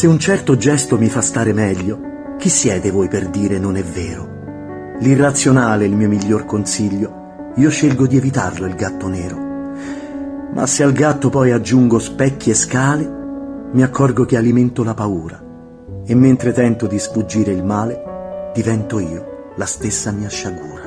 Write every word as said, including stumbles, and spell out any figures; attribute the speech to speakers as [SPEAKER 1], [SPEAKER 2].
[SPEAKER 1] Se un certo gesto mi fa stare meglio, chi siete voi per dire non è vero? L'irrazionale è il mio miglior consiglio, io scelgo di evitarlo il gatto nero. Ma se al gatto poi aggiungo specchi e scale, mi accorgo che alimento la paura e mentre tento di sfuggire il male, divento io la stessa mia sciagura.